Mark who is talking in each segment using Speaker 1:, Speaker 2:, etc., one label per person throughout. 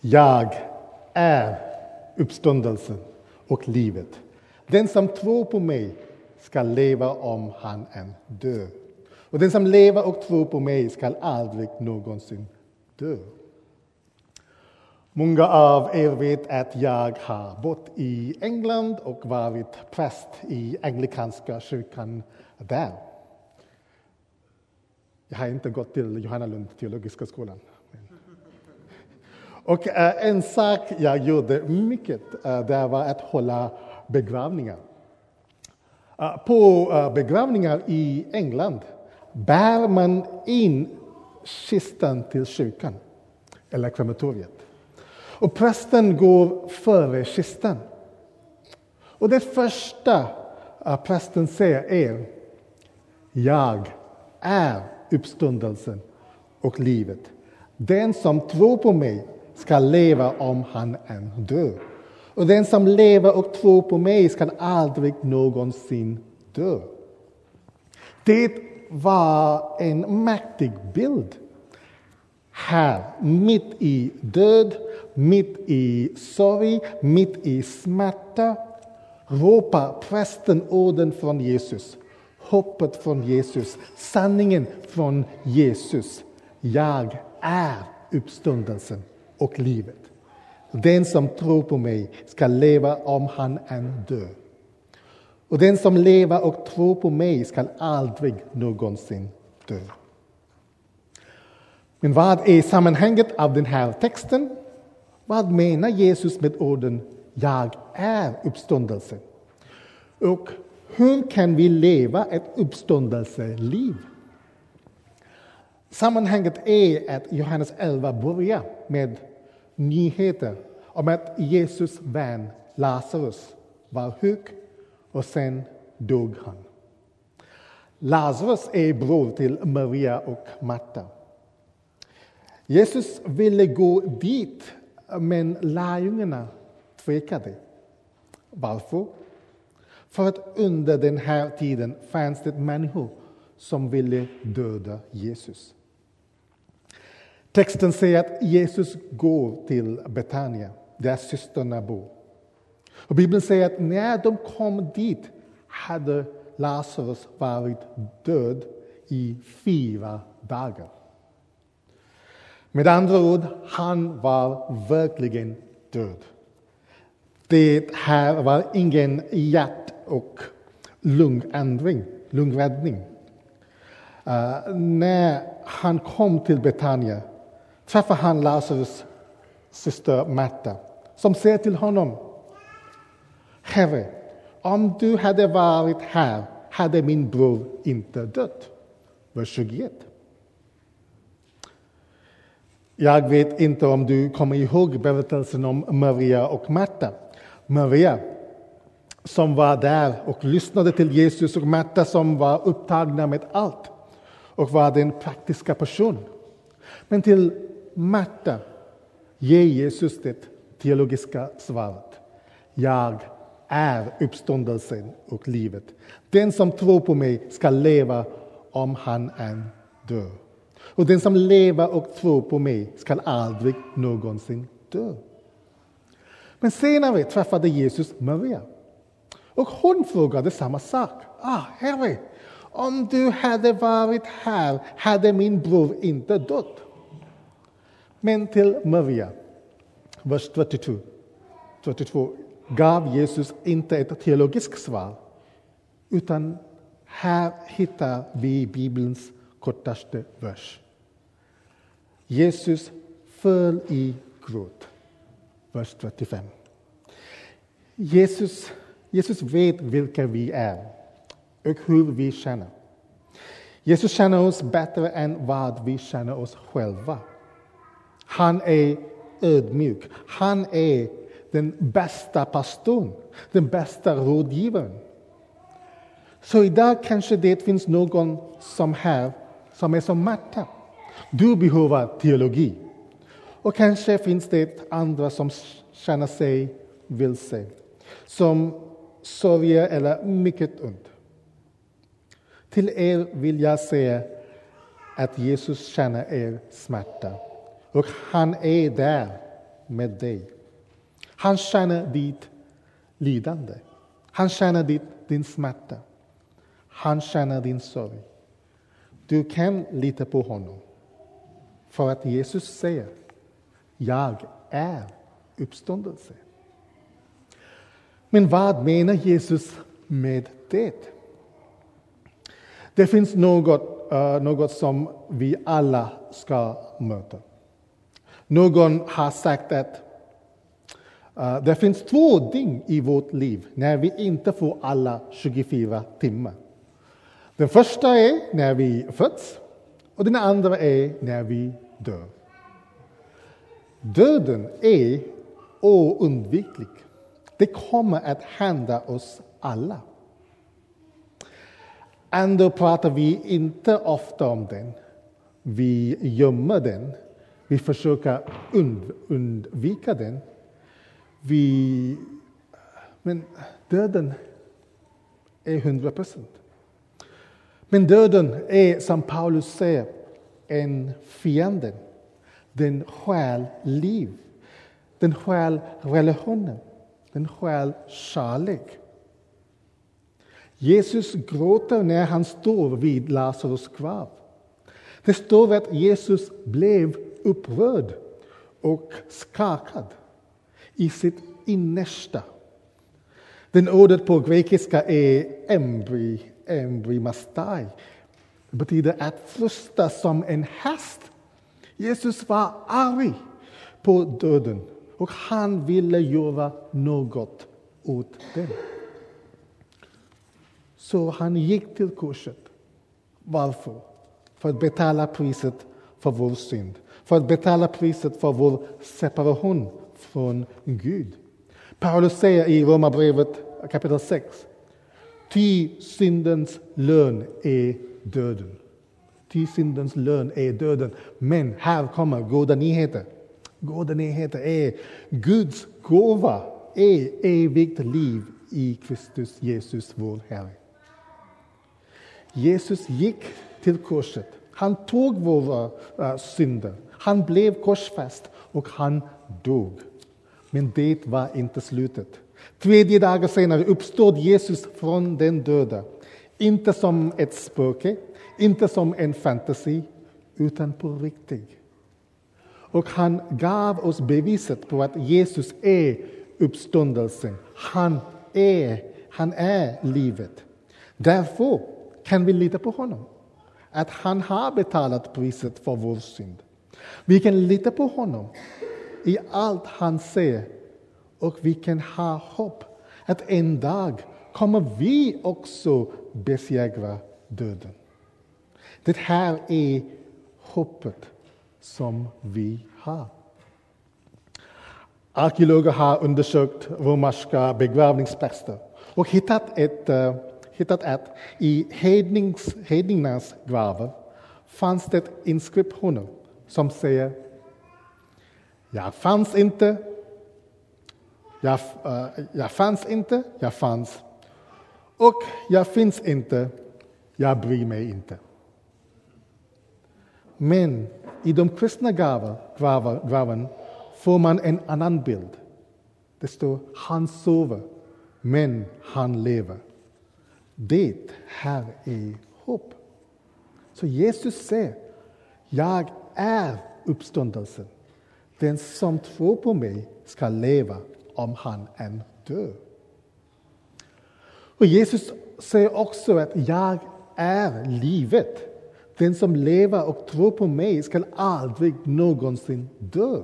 Speaker 1: Jag är uppståndelsen och livet. Den som tror på mig ska leva om han än dör. Och den som lever och tror på mig ska aldrig någonsin dö. Många av er vet att jag har bott i England och varit präst i anglikanska kyrkan där. Jag har inte gått till Johannalund teologiska skolan. Och en sak jag gjorde mycket där var att hålla begravningar. På begravningar i England bär man in kistan till kyrkan eller krematoriet. Och prästen går före kistan. Och det första prästen säger är: jag är uppståndelsen och livet. Den som tror på mig ska leva om han än dör. Och den som lever och tror på mig ska aldrig någonsin dö. Det var en mäktig bild. Här, mitt i död, mitt i sorg, mitt i smärta, ropar prästen orden från Jesus. Hoppet från Jesus, sanningen från Jesus. Jag är uppståndelsen och livet. Den som tror på mig ska leva om han än dör. Och den som lever och tror på mig ska aldrig någonsin dö. Men vad är sammanhanget av den här texten? Vad menar Jesus med orden jag är uppståndelsen? Och hur kan vi leva ett uppståndelseliv? Sammanhanget är att Johannes 11 börjar med nyheter om att Jesus vän Lazarus var sjuk och sen dog han. Lazarus är bror till Maria och Marta. Jesus ville gå dit, men lärjungarna tvekade. Varför? För att under den här tiden fanns det människor som ville döda Jesus. Texten säger att Jesus går till Betania, där systrarna bor. Och Bibeln säger att när de kom dit hade Lazarus varit död i 4 dagar. Med andra ord, han var verkligen död. Det här var ingen hjärt- och lungräddning. När han kom till Betania träffade han Lazarus syster Marta, som säger till honom: Herre, om du hade varit här hade min bror inte dött. Vers 21. Jag vet inte om du kommer ihåg berättelsen om Maria och Marta. Maria som var där och lyssnade till Jesus, och Marta som var upptagna med allt och var den praktiska personen. Men till Marta ger Jesus det teologiska svaret: jag är uppståndelsen och livet. Den som tror på mig ska leva om han än dör. Och den som lever och tror på mig ska aldrig någonsin dö. Men senare träffade Jesus Maria. Och hon frågade samma sak. Herre, om du hade varit här hade min bror inte dött. Men till Maria, vers 32, gav Jesus inte ett teologiskt svar. Utan här hittar vi Bibelns kortaste vers. Jesus föll i gråt. Vers 35. Jesus vet vilka vi är och hur vi känner. Jesus känner oss bättre än vad vi känner oss själva. Han är ödmjuk. Han är den bästa pastorn, den bästa rådgivaren. Så idag kanske det finns någon som är som Marta. Du behöver teologi. Och kanske finns det andra som känner sig vilse, som sörjer eller mycket ont. Till er vill jag säga att Jesus känner er smärta. Och han är där med dig. Han känner ditt lidande. Han känner din smärta. Han känner din sorg. Du kan lita på honom. För att Jesus säger, jag är uppståndelse. Men vad menar Jesus med det? Det finns något som vi alla ska möta. Någon har sagt att det finns 2 ting i vårt liv när vi inte får alla 24 timmar. Den första är när vi föds och den andra är när vi dör. Döden är oundviklig. Det kommer att hända oss alla. Ändå pratar vi inte ofta om den. Vi gömmer den. Vi försöker undvika den. Men döden är 100%. Men döden är, som Paulus säger, en fiende. Den stjäl liv. Den stjäl relationer. Den stjäl kärlek. Jesus gråter när han står vid Lazarus grav. Det står att Jesus blev upprörd och skakad i sitt innersta. Den ordet på grekiska är embrimastai. Det betyder att frusta som en häst. Jesus var arg på döden och han ville göra något åt den. Så han gick till korset. Varför? För att betala priset för vår synd. För att betala priset för vår separation från Gud. Paulus säger i Romarbrevet kapitel 6. Ty syndens lön är döden. Ty syndens lön är döden. Men här kommer goda nyheter. Goda nyheter är Guds gåva är evigt liv i Kristus Jesus vår Herre. Jesus gick till korset. Han tog våra synder. Han blev korsfäst och han dog. Men det var inte slutet. 3 dagar senare uppstod Jesus från den döda. Inte som ett spöke, inte som en fantasi, utan på riktigt. Och han gav oss beviset på att Jesus är uppståndelsen. Han är livet. Därför kan vi lita på honom. Att han har betalat priset för vår synd. Vi kan lita på honom i allt han säger. Och vi kan ha hopp att en dag kommer vi också besegra döden. Det här är hoppet som vi har. Arkeologer har undersökt romerska begravningsplatser och hittat att i hedningarnas gravar fanns det inskriptioner som säger: jag fanns inte, jag fanns inte, jag fanns, och jag finns inte, jag bryr mig inte. Men i de kristna graven får man en annan bild. Det står: han sover, men han lever. Det här är hopp. Så Jesus säger: jag är uppståndelsen. Den som tror på mig ska leva om han än dör. Och Jesus säger också att jag är livet. Den som lever och tror på mig ska aldrig någonsin dö.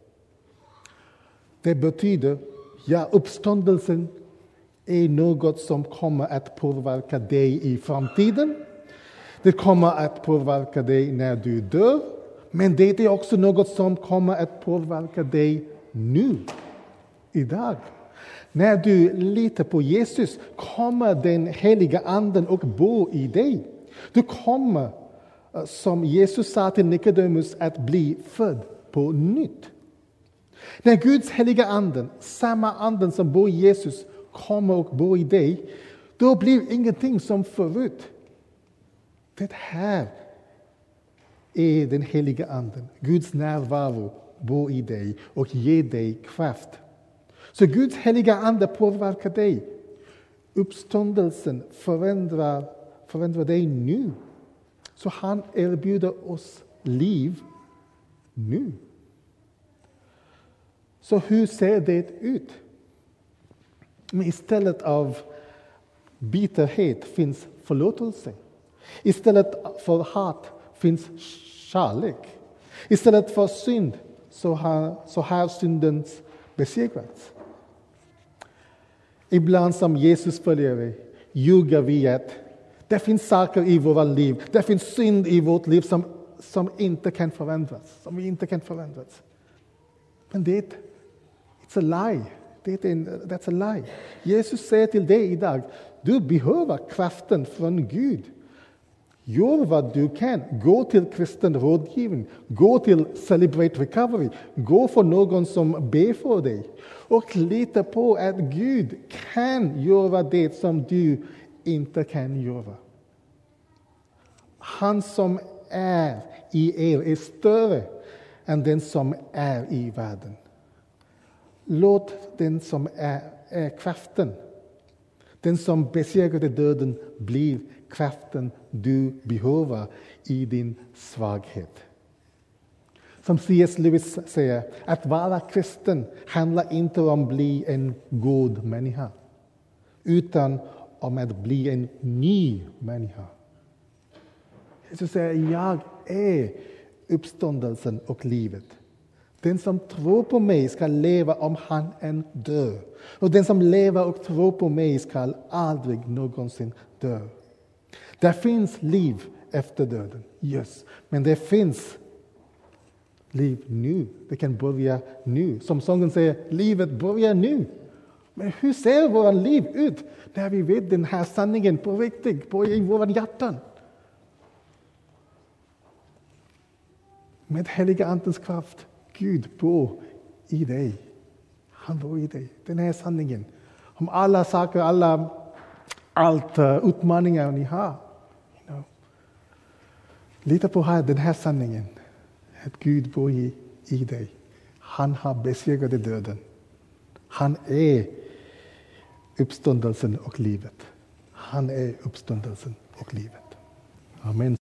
Speaker 1: Det betyder att uppståndelsen är något som kommer att påverka dig i framtiden. Det kommer att påverka dig när du dör. Men det är också något som kommer att påverka dig nu, idag. När du litar på Jesus kommer den heliga anden och bo i dig. Du kommer, som Jesus sa till Nikodemus, att bli född på nytt. När Guds heliga anden, samma anden som bor i Jesus, kommer och bor i dig, då blir ingenting som förut. Det här är den heliga anden, Guds närvaro bo i dig och ge dig kraft. Så Guds heliga ande påverkar dig. Uppståndelsen förändrar dig nu. Så han erbjuder oss liv nu. Så hur ser det ut? Men istället av bitterhet finns förlåtelse. Istället för hat finns kärlek. Istället för synd så har syndens besegrats. Ibland som Jesus följare ljuger vi att det finns saker i våra liv, det finns synd i vårt liv som inte kan förändras. Som inte kan förändras. Men it's a lie. That's a lie. Jesus säger till dig idag, du behöver kraften från Gud. Gör vad du kan. Gå till kristen rådgivning. Gå till Celebrate Recovery. Gå för någon som ber för dig. Och lita på att Gud kan göra det som du inte kan göra. Han som är i er är större än den som är i världen. Låt den som är kraften, den som besegrade döden, blir kraften du behöver i din svaghet. Som C.S. Lewis säger, att vara kristen handlar inte om att bli en god människa, utan om att bli en ny människa. Jesus säger, jag är uppståndelsen och livet. Den som tror på mig ska leva om han än dör. Och den som lever och tror på mig ska aldrig någonsin dö. Det finns liv efter döden, yes. Men det finns liv nu. Det kan börja nu. Som sången säger, livet börjar nu. Men hur ser våra liv ut när vi vet den här sanningen på riktigt, i våra hjärtan? Med heliga andens kraft. Gud bor i dig. Han bor i dig. Den här sanningen. Om alla saker, allt utmaningar ni har. Lita på den här sanningen. Att Gud bor i dig. Han har besegrat döden. Han är uppståndelsen och livet. Han är uppståndelsen och livet. Amen.